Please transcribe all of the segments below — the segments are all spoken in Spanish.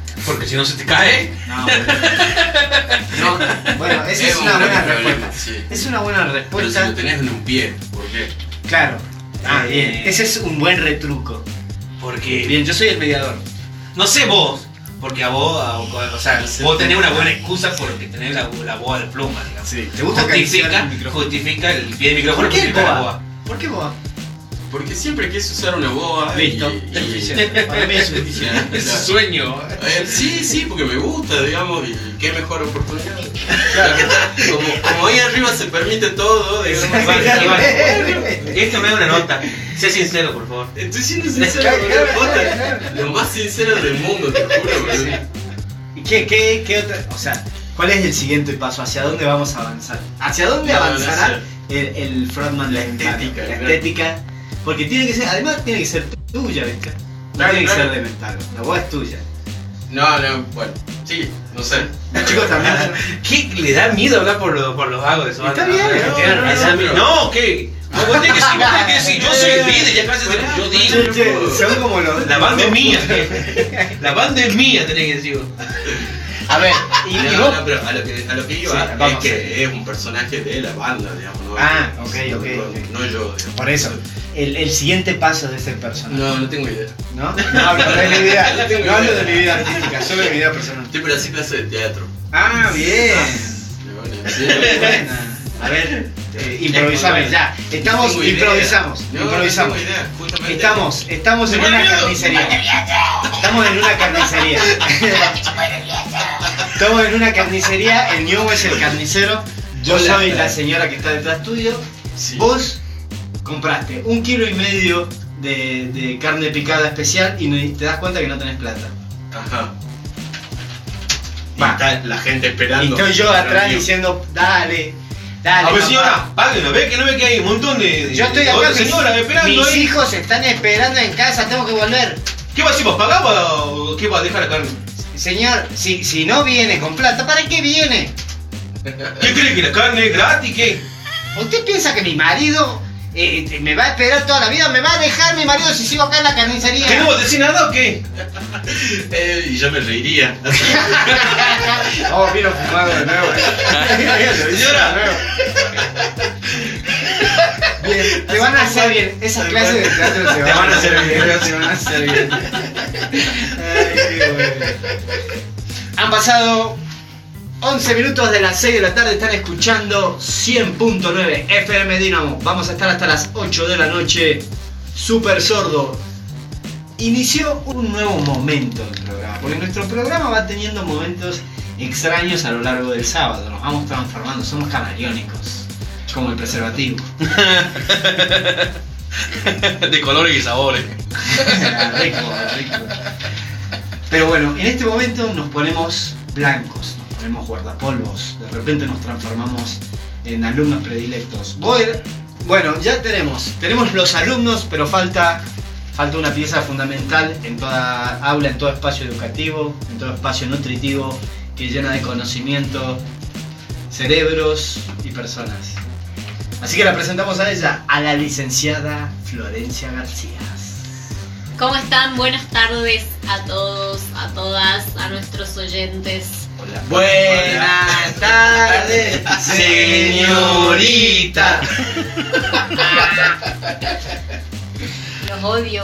Porque si no se te cae. No, bueno, esa es una buena respuesta. Sí. Es una buena Pero si respuesta. lo tenés en un pie, ¿por qué? Claro. Bien. Ese es un buen retruco. Porque. Bien, yo soy el mediador. No sé vos. Porque a vos, o sea, vos tenés una buena excusa porque tenés la boa de pluma, digamos. Sí. ¿Te gusta acariciar Justifica, el micrófono? justifica el pie de micrófono. ¿Por qué justifica la boa? ¿Por qué boa? Porque siempre quise usar una boa. Listo. Y- Suficiente. Para mí es suficiente. Es un sueño. Sí, porque me gusta, digamos, y qué mejor oportunidad. Como ahí arriba se permite todo, digamos. Iván, esto me da una nota. Sé sincero, por favor. Estoy siendo sincero, boludo, posta. Lo más sincero del mundo, te juro, boludo. ¿Y qué otra? O sea, ¿cuál es el siguiente paso? ¿Hacia dónde vamos a avanzar? ¿Hacia dónde No, avanzará no el frontman La de estética, La claro. estética. Porque tiene que ser, además tiene que ser tuya, ¿viste? No Claro, tiene que claro. ser de Mentalo. La voz es tuya. No, bueno, sí, no sé. Los chicos también. ¿Qué le da miedo hablar por los vagos de su Está banda? bien, No, tiene razón. No, ¿qué? Vos tenés que decir, yo soy el líder, ya casi yo digo. Che, son como los. La banda es mía. La banda es mía, tenés que decir. A ver, y No, vos. no, pero a lo que iba Sí, es vamos. que es un personaje de la banda, digamos. ¿no? Ah, ok. No yo, digamos. Por eso, el siguiente paso de ese personaje. No tengo idea. ¿No? No hablo de mi vida, no hablo de mi vida artística, solo de mi vida personal. Estoy pero así clase de teatro. Ah, bien. Sí. Buena. A ver, improvisame ya. Estamos, No tengo idea. improvisamos. No, improvisamos. No tengo idea, justamente. Estamos en una carnicería. Estamos en una carnicería. Estamos en una carnicería. El ñobo es el carnicero. Yo Hola. soy la señora que está detrás tuyo. Sí. Vos compraste 1,5 kilos de carne picada especial y te das cuenta que no tenés plata. Ajá. Y Va. está la gente esperando. Y estoy yo atrás Tranquilo. diciendo, dale. A ver, papá. señora, páguenos, ve que no ve que hay un montón de. Yo estoy otra acá, señora esperando mis ahí. hijos están esperando en casa, tengo que volver. ¿Qué va a decir? ¿Vos pagaba o qué va a dejar la carne? Señor, si no viene con plata, ¿para qué viene? ¿Qué cree que la carne es gratis? ¿Qué? ¿Usted piensa que mi marido me va a esperar toda la vida? ¿Me va a dejar mi marido si sigo acá en la carnicería? ¿Que no vos decís nada o qué? Y yo me reiría. Oh, vino fumado de nuevo. Señora. Bien, te van a hacer bien. Esas clases de teatro te van a hacer bien. Te van a hacer bien. Ay, qué bueno. Han pasado 11 minutos de las 6 de la tarde, están escuchando 100.9 FM Dinamo. Vamos a estar hasta las 8 de la noche. Super Sordo. Inició un nuevo momento del programa, porque nuestro programa va teniendo momentos extraños a lo largo del sábado. Nos vamos transformando, somos camaleónicos, como el preservativo. De colores y sabores. Rico, rico. Pero bueno, en este momento nos ponemos blancos, nos ponemos guardapolvos, de repente nos transformamos en alumnos predilectos. Bueno, ya tenemos los alumnos, pero falta una pieza fundamental en toda aula, en todo espacio educativo, en todo espacio nutritivo que llena de conocimiento cerebros y personas. Así que la presentamos a ella, a la licenciada Florencia García. ¿Cómo están? Buenas tardes a todos, a todas, a nuestros oyentes. Hola. Buenas tardes, señorita. Los odio.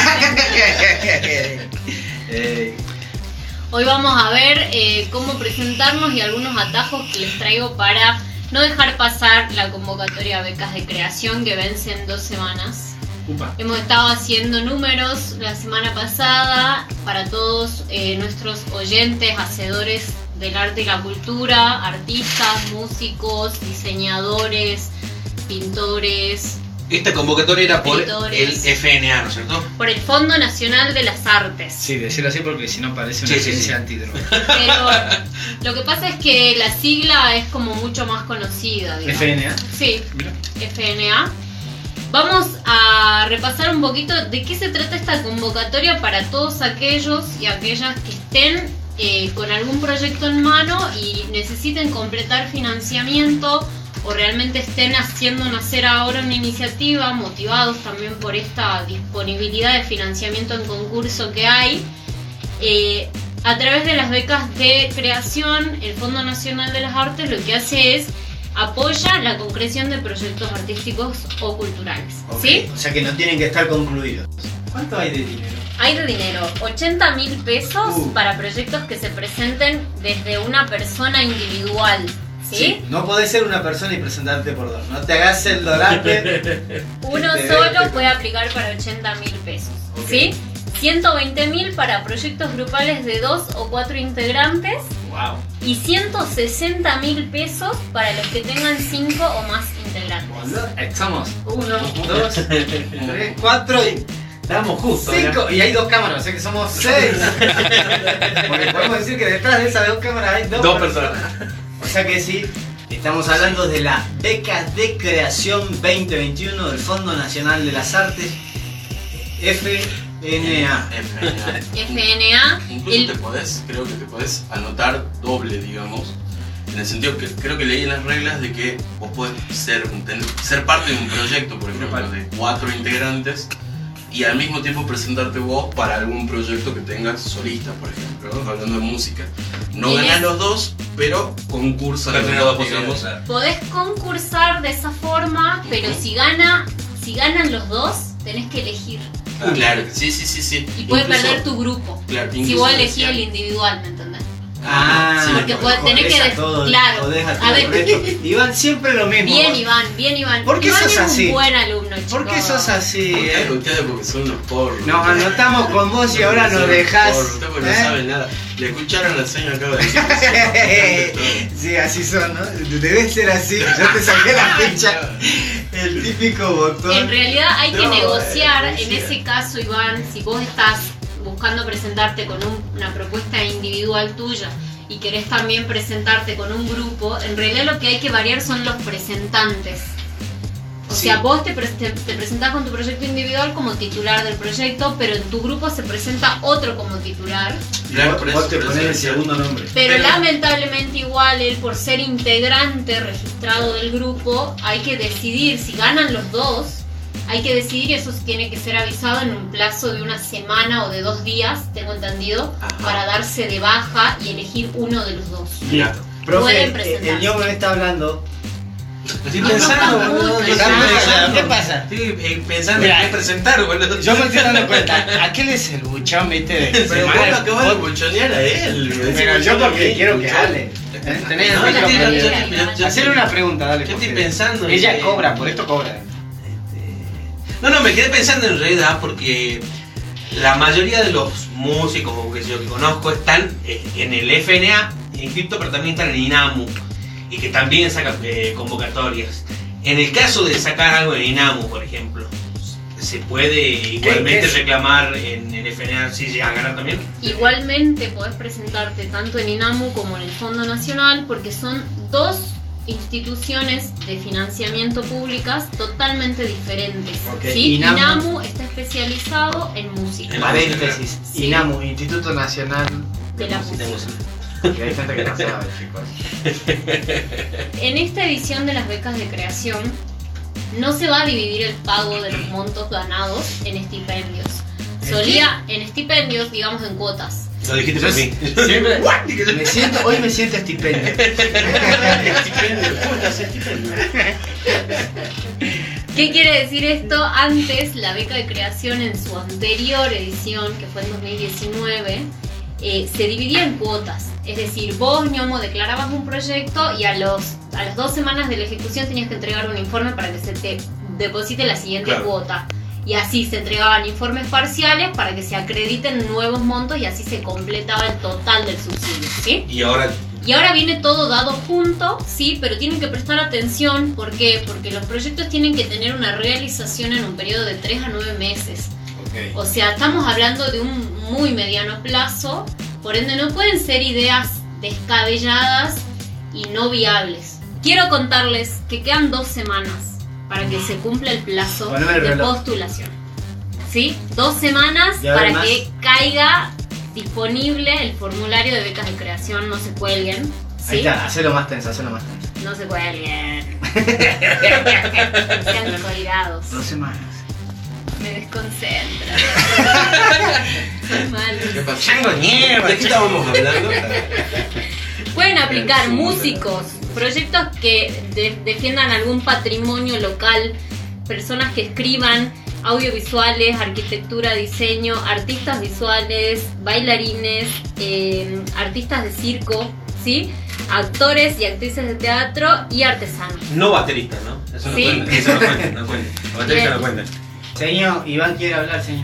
Hoy vamos a ver cómo presentarnos y algunos atajos que les traigo para no dejar pasar la convocatoria de becas de creación que vence en 2 semanas. Upa. Hemos estado haciendo números la semana pasada para todos nuestros oyentes, hacedores del arte y la cultura, artistas, músicos, diseñadores, pintores, Esta convocatoria era por Editores. el FNA, ¿no es cierto? por el Fondo Nacional de las Artes. Sí, decirlo así porque si no parece una Sí, sí, ciencia sí. antidroga. Pero lo que pasa es que la sigla es como mucho más conocida, digamos. FNA. Sí, Mira. FNA. Vamos a repasar un poquito de qué se trata esta convocatoria para todos aquellos y aquellas que estén con algún proyecto en mano y necesiten completar financiamiento o realmente estén haciendo nacer ahora una iniciativa, motivados también por esta disponibilidad de financiamiento en concurso que hay. A través de las becas de creación, el Fondo Nacional de las Artes lo que hace es apoya la concreción de proyectos artísticos o culturales. ¿Sí? O sea que no tienen que estar concluidos. ¿Cuánto hay de dinero? Hay de dinero, 80.000 pesos para proyectos que se presenten desde una persona individual. ¿Sí? No podés ser una persona y presentarte por dos. No te hagas el dorate. Uno solo puede aplicar para 80.000 pesos. ¿Sí? 120.000 para proyectos grupales de 2 o 4 integrantes. Wow. Y 160.000 pesos para los que tengan 5 o más integrantes. Estamos 1, 2, 3, 4 y... Estamos justo. 5 y hay 2 cámaras, o sea que somos 6. Porque podemos decir que detrás de esas 2 cámaras hay 2 personas. O sea que sí, estamos hablando de la beca de creación 2021 del Fondo Nacional de las Artes, FNA. FNA. Incluso creo que te podés anotar doble, digamos. En el sentido que creo que leí en las reglas de que vos podés ser parte de un proyecto, por ejemplo, de 4 integrantes y al mismo tiempo presentarte vos para algún proyecto que tengas solista, por ejemplo, ¿no? Hablando de música. No ganás los dos, pero concursan los dos, digamos. Podés concursar de esa forma, pero si ganan los dos, tenés que elegir. Claro, sí. Y puedes perder tu grupo. Claro, si vos elegís el individual, ¿me entendés? Sí, porque tenés que claro, a ver, Iván, siempre lo mismo. Bien, Iván. ¿Por qué sos así? Es un buen alumno, chico. ¿Por qué sos así? Ustedes porque son unos porros. Nos anotamos con vos y ahora nos dejás. Ustedes porque no saben nada. Le escucharon la señora acaba de decir. Sí, así son, ¿no? Debe ser así. Yo te saqué la ficha. El típico botón. En realidad hay que negociar. En ese caso, Iván, si vos estás buscando presentarte con una propuesta individual tuya y querés también presentarte con un grupo, en realidad lo que hay que variar son los presentantes. O sea, vos te presentás con tu proyecto individual como titular del proyecto, pero en tu grupo se presenta otro como titular. Claro, vos te pones el segundo nombre. Pero lamentablemente igual él, por ser integrante registrado del grupo, hay que decidir si ganan los dos. Hay que decidir, eso tiene que ser avisado en un plazo de una semana o de 2 días, tengo entendido, para darse de baja y elegir uno de los dos. Listo. Profe, el ñomo me está hablando. Estoy pensando, ¿qué pasa? Estoy pensando en qué presentar, boludo. Yo me estoy dando cuenta. Aquel es el buchón, viste. Pero vos lo acabas de buchonear a él. Pero yo porque quiero que hable. Tenés el micro. Hacerle una pregunta, dale. ¿Qué estoy pensando? Ella cobra, por esto cobra. No, me quedé pensando en realidad porque la mayoría de los músicos o que yo que conozco están en el FNA inscriptos, pero también están en INAMU y que también sacan convocatorias. En el caso de sacar algo en INAMU, por ejemplo, ¿se puede igualmente reclamar en el FNA si llega a ganar también? Igualmente podés presentarte tanto en INAMU como en el Fondo Nacional porque son 2 instituciones de financiamiento públicas totalmente diferentes. ¿Sí? INAMU está especializado en música. Paréntesis, sí. INAMU, Instituto Nacional de la Música. Que hay gente que no sabe, chicos. En esta edición de las becas de creación no se va a dividir el pago de los montos ganados en estipendios. Solía en estipendios, digamos en cuotas. Lo dijiste por mí. Hoy me siento estipendio. ¿Qué quiere decir esto? Antes, la beca de creación en su anterior edición, que fue en 2019, se dividía en cuotas. Es decir, vos, ñomo, declarabas un proyecto y a las 2 semanas de la ejecución tenías que entregar un informe para que se te deposite la siguiente cuota. Y así se entregaban informes parciales para que se acrediten nuevos montos y así se completaba el total del subsidio, ¿sí? Y ahora viene todo dado junto, sí, pero tienen que prestar atención. ¿Por qué? Porque los proyectos tienen que tener una realización en un periodo de 3 a 9 meses. Okay. O sea, estamos hablando de un muy mediano plazo, por ende no pueden ser ideas descabelladas y no viables. Quiero contarles que quedan 2 semanas para que se cumpla el plazo de postulación. ¿Sí? 2 semanas para que caiga disponible el formulario de becas de creación, no se cuelguen. ¿Sí? Ahí está, hacelo más tenso. No se cuelguen. Sean colgados. 2 semanas. Me desconcentra. Soy malo. ¿Qué pasó? Chango mierda. ¿De qué estábamos hablando? Pueden aplicar músicos, proyectos que defiendan algún patrimonio local, personas que escriban, audiovisuales, arquitectura, diseño, artistas visuales, bailarines, artistas de circo, ¿sí? Actores y actrices de teatro y artesanos. No bateristas, ¿no? Eso no Sí. cuenta. Eso no cuenta. No cuenta. Los bateristas no cuentan. Señor, Iván quiere hablar, señor.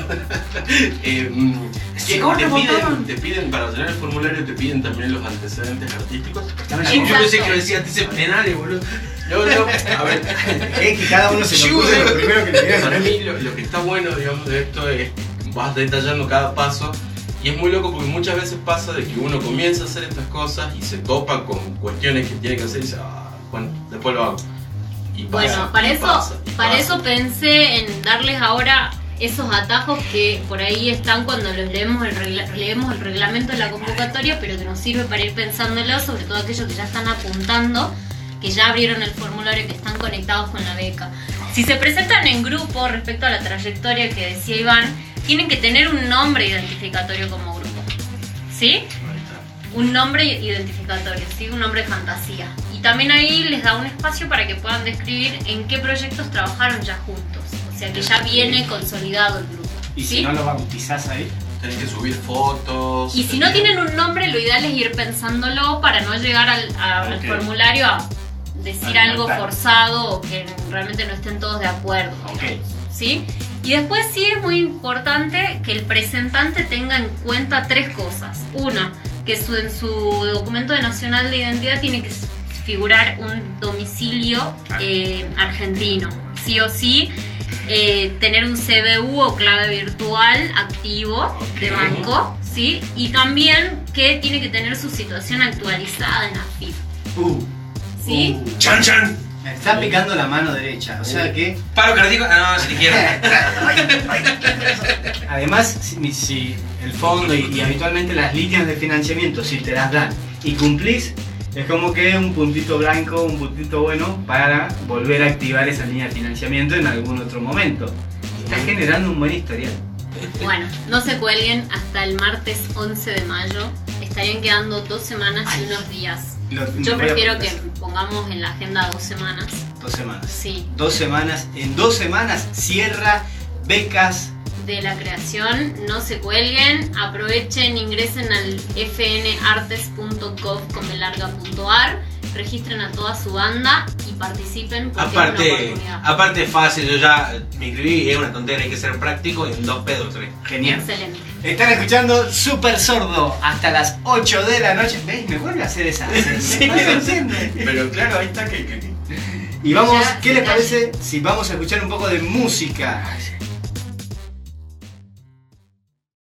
Te piden, para llenar el formulario, te piden también los antecedentes artísticos. Yo pensé que lo decía antes penales, boludo. No, a ver. Es que cada uno se lo ocurre lo primero que le viene. Para mí lo que está bueno, digamos, de esto es vas detallando cada paso. Y es muy loco porque muchas veces pasa de que uno comienza a hacer estas cosas y se topa con cuestiones que tiene que hacer y dice, bueno, después lo hago. Y pasa, Bueno, para eso pensé en darles ahora esos atajos que por ahí están cuando los leemos el reglamento de la convocatoria, pero que nos sirve para ir pensándolo, sobre todo aquellos que ya están apuntando, que ya abrieron el formulario, que están conectados con la beca. Si se presentan en grupo respecto a la trayectoria que decía Iván, tienen que tener un nombre identificatorio como grupo, ¿sí? Un nombre identificatorio, ¿sí? Un nombre de fantasía. Y también ahí les da un espacio para que puedan describir en qué proyectos trabajaron ya juntos. O sea que ya viene consolidado el grupo. Y ¿sí? si no lo bautizás ahí. Tenés que subir fotos. Y si no tienen un nombre, lo ideal es ir pensándolo para no llegar al formulario a decir algo Anotar. forzado o que realmente no estén todos de acuerdo. Ok. ¿Sí? Y después sí es muy importante que el presentante tenga en cuenta 3 cosas. Una, que en su documento nacional de identidad tiene que figurar un domicilio argentino. Sí o sí, tener un CBU o clave virtual activo de banco, ¿sí? Y también que tiene que tener su situación actualizada en AFIP. ¿Sí? Chan chan. Me está picando la mano derecha, o sea que Paro cardíaco. No, si te quiero. además si el fondo y habitualmente las líneas de financiamiento, si te las dan y cumplís, es como que un puntito blanco, un puntito bueno para volver a activar esa línea de financiamiento en algún otro momento. Está generando un buen historial. Bueno, no se cuelguen hasta el martes 11 de mayo. Estarían quedando 2 semanas y unos días. Yo prefiero que pongamos en la agenda 2 semanas. 2 semanas. Sí. 2 semanas. En 2 semanas cierra becas. De la creación, no se cuelguen, aprovechen, ingresen al fnartes.gov.ar, registren a toda su banda y participen porque es una oportunidad. Aparte es fácil, yo ya me inscribí, es una tontera, hay que ser práctico y en 2 pedos 3. Genial. Excelente. Están escuchando Super Sordo hasta las 8 de la noche. ¿Ves? Me vuelve a hacer esa. Sí. Pero claro, ahí está que Y vamos, Ya, ¿qué les ya. parece si vamos a escuchar un poco de música?